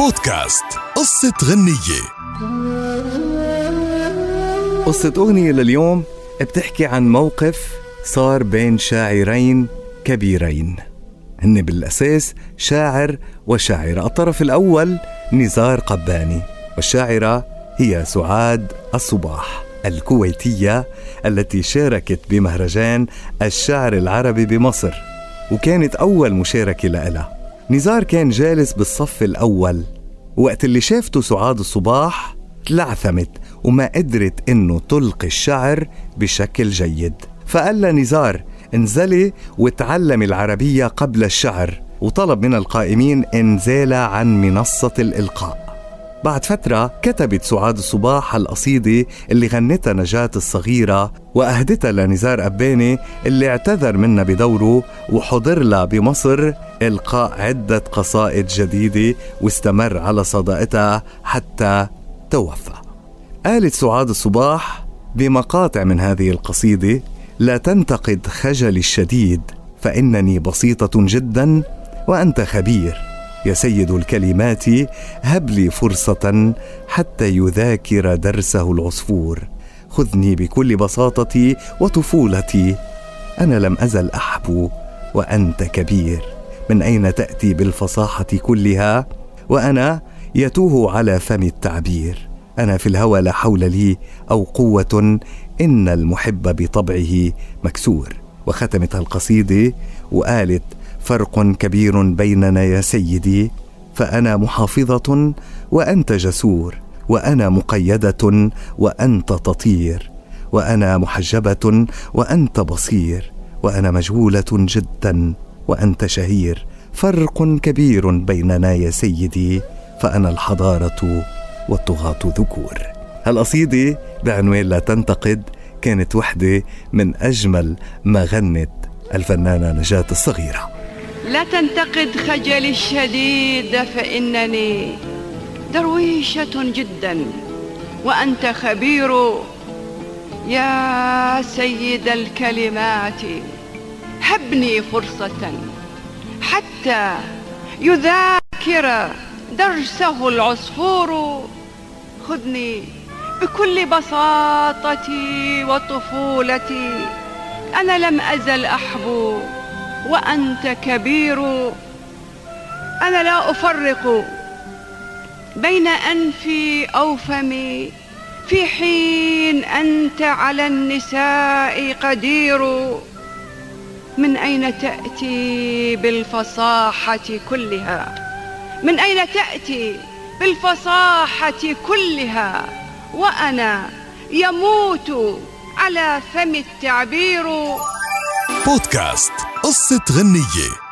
بودكاست قصة غنية. قصة أغنية لليوم بتحكي عن موقف صار بين شاعرين كبيرين، هن بالأساس شاعر وشاعرة. الطرف الأول نزار قباني، والشاعرة هي سعاد الصباح الكويتية التي شاركت بمهرجان الشعر العربي بمصر، وكانت أول مشاركة لها. نزار كان جالس بالصف الأول، وقت اللي شافته سعاد الصباح تلعثمت وما قدرت إنه تلقي الشعر بشكل جيد، فقال لها نزار انزلي وتعلم العربية قبل الشعر، وطلب من القائمين انزالها عن منصة الإلقاء. بعد فترة كتبت سعاد الصباح القصيدة اللي غنتها نجاة الصغيرة وأهدتها لنزار قباني اللي اعتذر منها بدوره، وحضر لها بمصر إلقاء عدة قصائد جديدة واستمر على صداقتها حتى توفى. قالت سعاد الصباح بمقاطع من هذه القصيدة: لا تنتقد خجلي الشديد فإنني بسيطة جدا وأنت خبير، يا سيد الكلمات هب لي فرصة حتى يذاكر درسه العصفور، خذني بكل بساطتي وطفولتي، أنا لم أزل أحبو وأنت كبير، من أين تأتي بالفصاحة كلها وأنا يتوه على فم التعبير، أنا في الهوى لا حول لي أو قوة، إن المحب بطبعه مكسور. وختمت القصيدة وقالت: فرق كبير بيننا يا سيدي، فأنا محافظة وأنت جسور، وأنا مقيدة وأنت تطير، وأنا محجبة وأنت بصير، وأنا مجهولة جدا وأنت شهير، فرق كبير بيننا يا سيدي، فأنا الحضارة والطغاة ذكور. هالقصيدة بعنوان لا تنتقد كانت وحدة من أجمل ما غنت الفنانة نجاة الصغيرة. لا تنتقد خجلي الشديد فإنني درويشة جدا وأنت خبير، يا سيد الكلمات هبني فرصة حتى يذاكر درسه العصفور، خذني بكل بساطتي وطفولتي، أنا لم أزل أحبو وأنت كبير، أنا لا أفرق بين أنفي أو فمي، في حين أنت على النساء قدير، من أين تأتي بالفصاحة كلها، من أين تأتي بالفصاحة كلها، وأنا يموت على فم التعبير. بودكاست قصة غنية.